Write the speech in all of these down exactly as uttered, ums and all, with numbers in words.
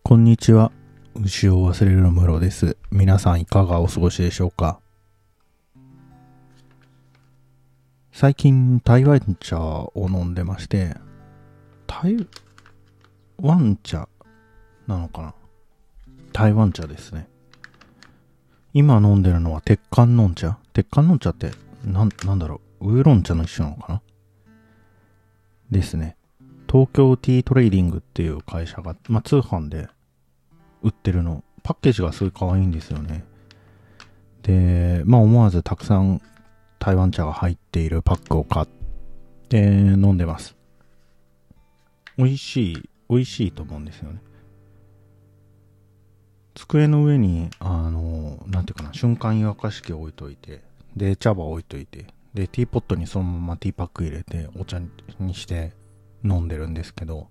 こんにちは。牛を忘れるムロです。皆さんいかがお過ごしでしょうか。最近台湾茶を飲んでまして、台湾茶なのかな、台湾茶ですね。今飲んでるのは鉄観音茶。鉄観音茶ってなん、なんだろう、ウーロン茶の一種なのかなですね。東京ティートレーディングっていう会社が、まあ、通販で売ってるの。パッケージがすごい可愛いんですよね。で、まあ思わずたくさん台湾茶が入っているパックを買って飲んでます。美味しい、美味しいと思うんですよね。机の上に、あの、なんていうかな、瞬間湯沸かし器を置いといて、で、茶葉を置いといて、で、ティーポットにそのままティーパック入れて、お茶にして飲んでるんですけど、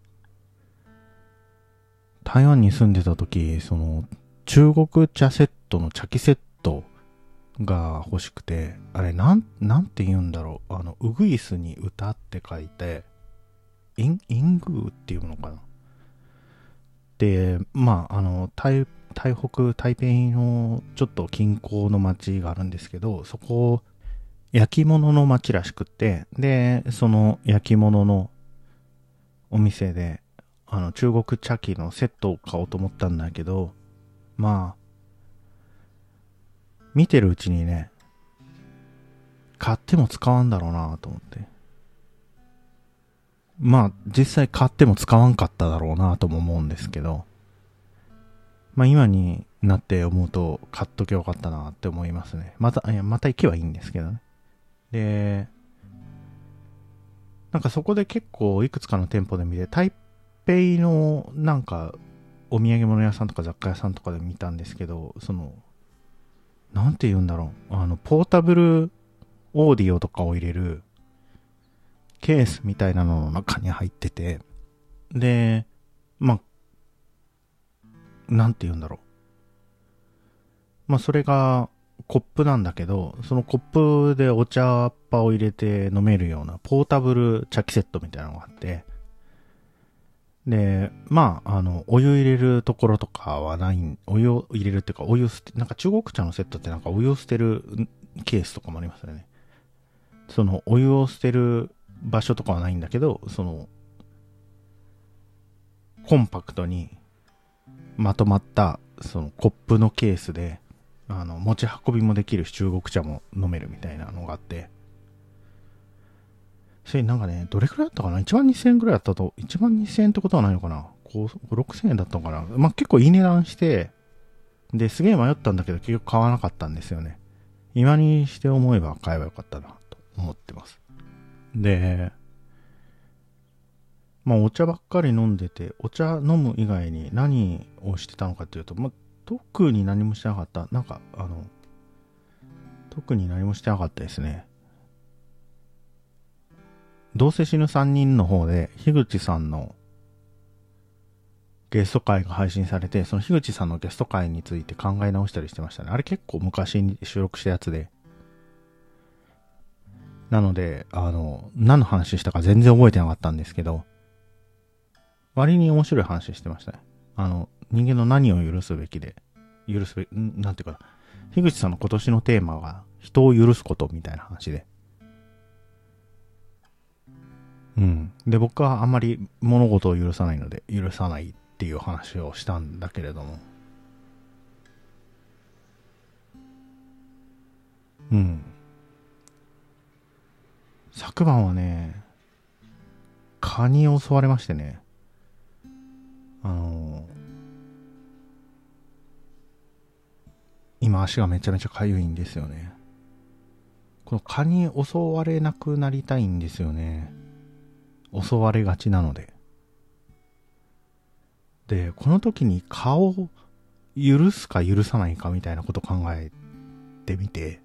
台湾に住んでた時、その、中国茶セットの茶器セットが欲しくて、あれ、なん、なんて言うんだろう。あの、ウグイスに歌って書いて、イン、イングーっていうのかな。で、まあ、あの、台、台北、台北のちょっと近郊の町があるんですけど、そこ、焼き物の町らしくって、で、その焼き物のお店で、あの、中国茶器のセットを買おうと思ったんだけど、まあ、見てるうちにね、買っても使わんだろうなと思って。まあ、実際買っても使わんかっただろうなとも思うんですけど、まあ今になって思うと買っときゃよかったなって思いますね。また、いや、また行けばいいんですけどね。で、なんかそこで結構いくつかの店舗で見て、台北のなんかお土産物屋さんとか雑貨屋さんとかで見たんですけど、その、なんて言うんだろう。あの、ポータブルオーディオとかを入れるケースみたいなのの中に入ってて、で、まあ、なんて言うんだろう。まあ、それがコップなんだけど、そのコップでお茶っ葉を入れて飲めるようなポータブル茶器セットみたいなのがあって、で、まあ、あの、お湯入れるところとかはない、お湯を入れるっていうか、お湯捨て、なんか中国茶のセットってなんかお湯を捨てるケースとかもありますよね。そのお湯を捨てる場所とかはないんだけど、その、コンパクトにまとまった、そのコップのケースで、あの、持ち運びもできるし、中国茶も飲めるみたいなのがあって、それなんかね、どれくらいだったかな ?いちまんにせんえんくらいだったと、いちまんにせんえんってことはないのかな ?ご、ろくせんえんだったのかな。まあ、結構いい値段して、で、すげえ迷ったんだけど、結局買わなかったんですよね。今にして思えば買えばよかったな、と思ってます。で、まあ、お茶ばっかり飲んでて、お茶飲む以外に何をしてたのかっていうと、まあ、特に何もしてなかった。なんか、あの、特に何もしてなかったですね。どうせ死ぬさんにんの方で、樋口さんのゲスト会が配信されて、その樋口さんのゲスト会について考え直したりしてましたね。あれ結構昔に収録したやつで。なので、あの、何の話したか全然覚えてなかったんですけど、割に面白い話してましたね。あの、人間の何を許すべきで、許すべき、んなんていうかな。樋口さんの今年のテーマが、人を許すことみたいな話で。うん。で、僕はあんまり物事を許さないので、許さないっていう話をしたんだけれども。うん。昨晩はね、蚊に襲われましてね。あのー、今足がめちゃめちゃ痒いんですよね。この蚊に襲われなくなりたいんですよね。襲われがちなので。で、この時に蚊を許すか許さないかみたいなこと考えてみて、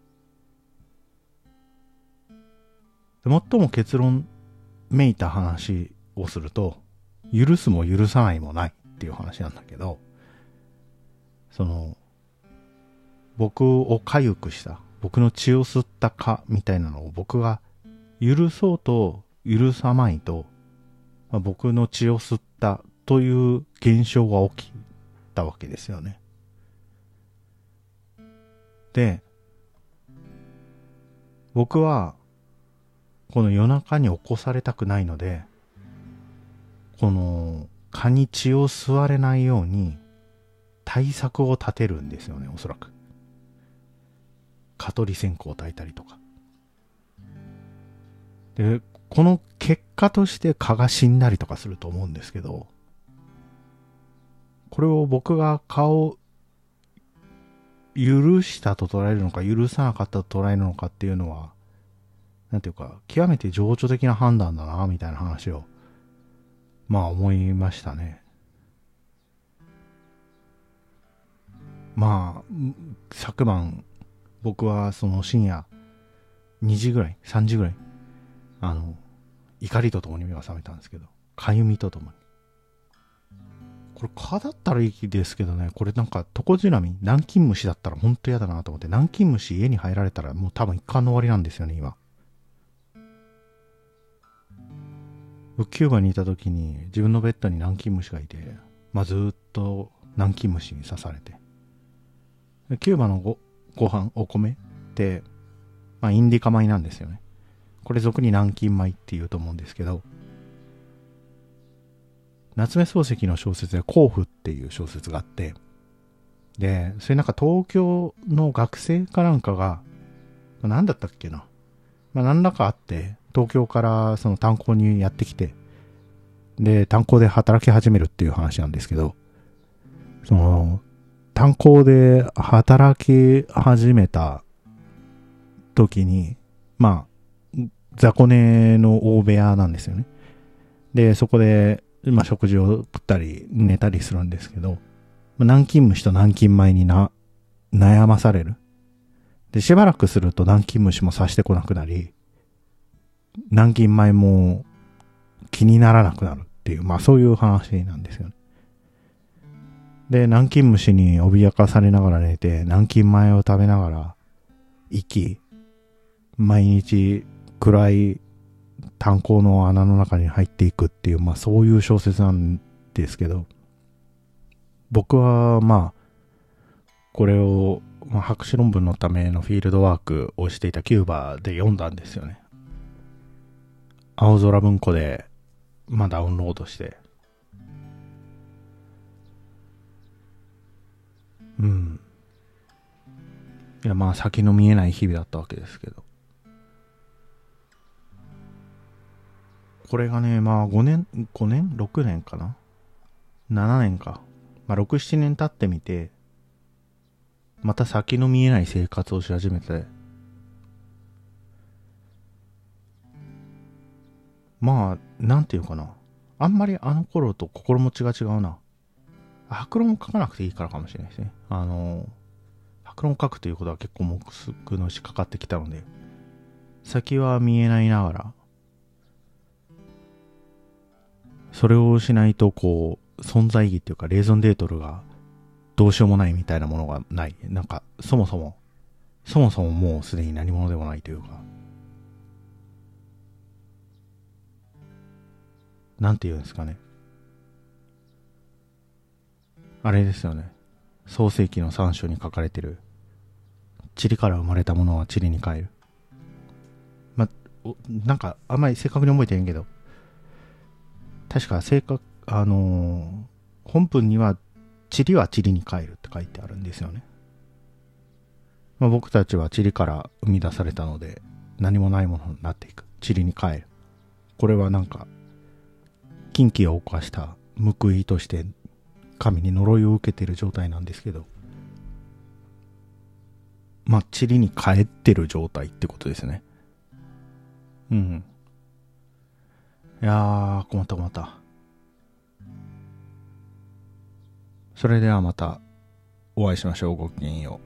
最も結論めいた話をすると、許すも許さないもないっていう話なんだけど、その、僕を痒くした、僕の血を吸った蚊みたいなのを僕が許そうと許さないと、まあ、僕の血を吸ったという現象が起きたわけですよね。で、僕はこの夜中に起こされたくないので、この蚊に血を吸われないように対策を立てるんですよね、おそらく。蚊取り線香を焚いたりとか。で、この結果として蚊が死んだりとかすると思うんですけど、これを僕が蚊を許したと捉えるのか許さなかったと捉えるのかっていうのは、なんていうか極めて情緒的な判断だなみたいな話をまあ思いましたね。まあ昨晩僕はその深夜にじぐらいさんじぐらいあの怒りとともに目が覚めたんですけど、かゆみとともに、これ蚊だったらいいですけどね、これなんかトコジラミ南京虫だったら本当嫌だなと思って、南京虫家に入られたらもう多分一巻の終わりなんですよね。今僕キューバにいた時に自分のベッドに南京虫がいて、まあ、ずっと南京虫に刺されて、キューバの ご, ご飯お米って、まあ、インディカ米なんですよね。これ俗に南京米って言うと思うんですけど、夏目漱石の小説で甲府っていう小説があって、でそれなんか東京の学生かなんかが、まあ、何だったっけな、まあ、何らかあって東京からその炭鉱にやってきて、で炭鉱で働き始めるっていう話なんですけど、その炭鉱で働き始めた時に、まあ雑魚寝の大部屋なんですよね。でそこで、まあ、食事を食ったり寝たりするんですけど、南京虫と南京米にな悩まされる。でしばらくすると南京虫も刺してこなくなり、南京米も気にならなくなるっていう、まあそういう話なんですよね。で南京虫に脅かされながら寝て、南京米を食べながら生き、毎日暗い炭鉱の穴の中に入っていくっていう、まあそういう小説なんですけど、僕はまあこれを、まあ、博士論文のためのフィールドワークをしていたキューバで読んだんですよね。青空文庫で、まあ、ダウンロードして、うん、いやまあ先の見えない日々だったわけですけど、これがね、まあごねんごねんろくねんかなななねんか、まあろく、ななねん経ってみて、また先の見えない生活をし始めて、まあなんていうかな、あんまりあの頃と心持ちが違うな。白論を書かなくていいからかもしれないですね。あの白論を書くということは結構目測のしかかってきたので、先は見えないながら、それをしないとこう存在意義っていうかレーゾンデートルがどうしようもないみたいなものがない。なんかそもそもそもそももうすでに何者でもないというか、なんていうんですかね、あれですよね、創世記のさん章に書かれてる、塵から生まれたものは塵に帰る。ま、なんかあんまり正確に覚えてへんけど、確か正確、あのー、本文には塵は塵に帰るって書いてあるんですよね。まあ、僕たちは塵から生み出されたので何もないものになっていく。塵に帰る。これはなんか禁忌を犯した報いとして神に呪いを受けている状態なんですけど、まあ塵に帰ってる状態ってことですね。うん。いやー、困った困った。それではまたお会いしましょう。ごきげんよう。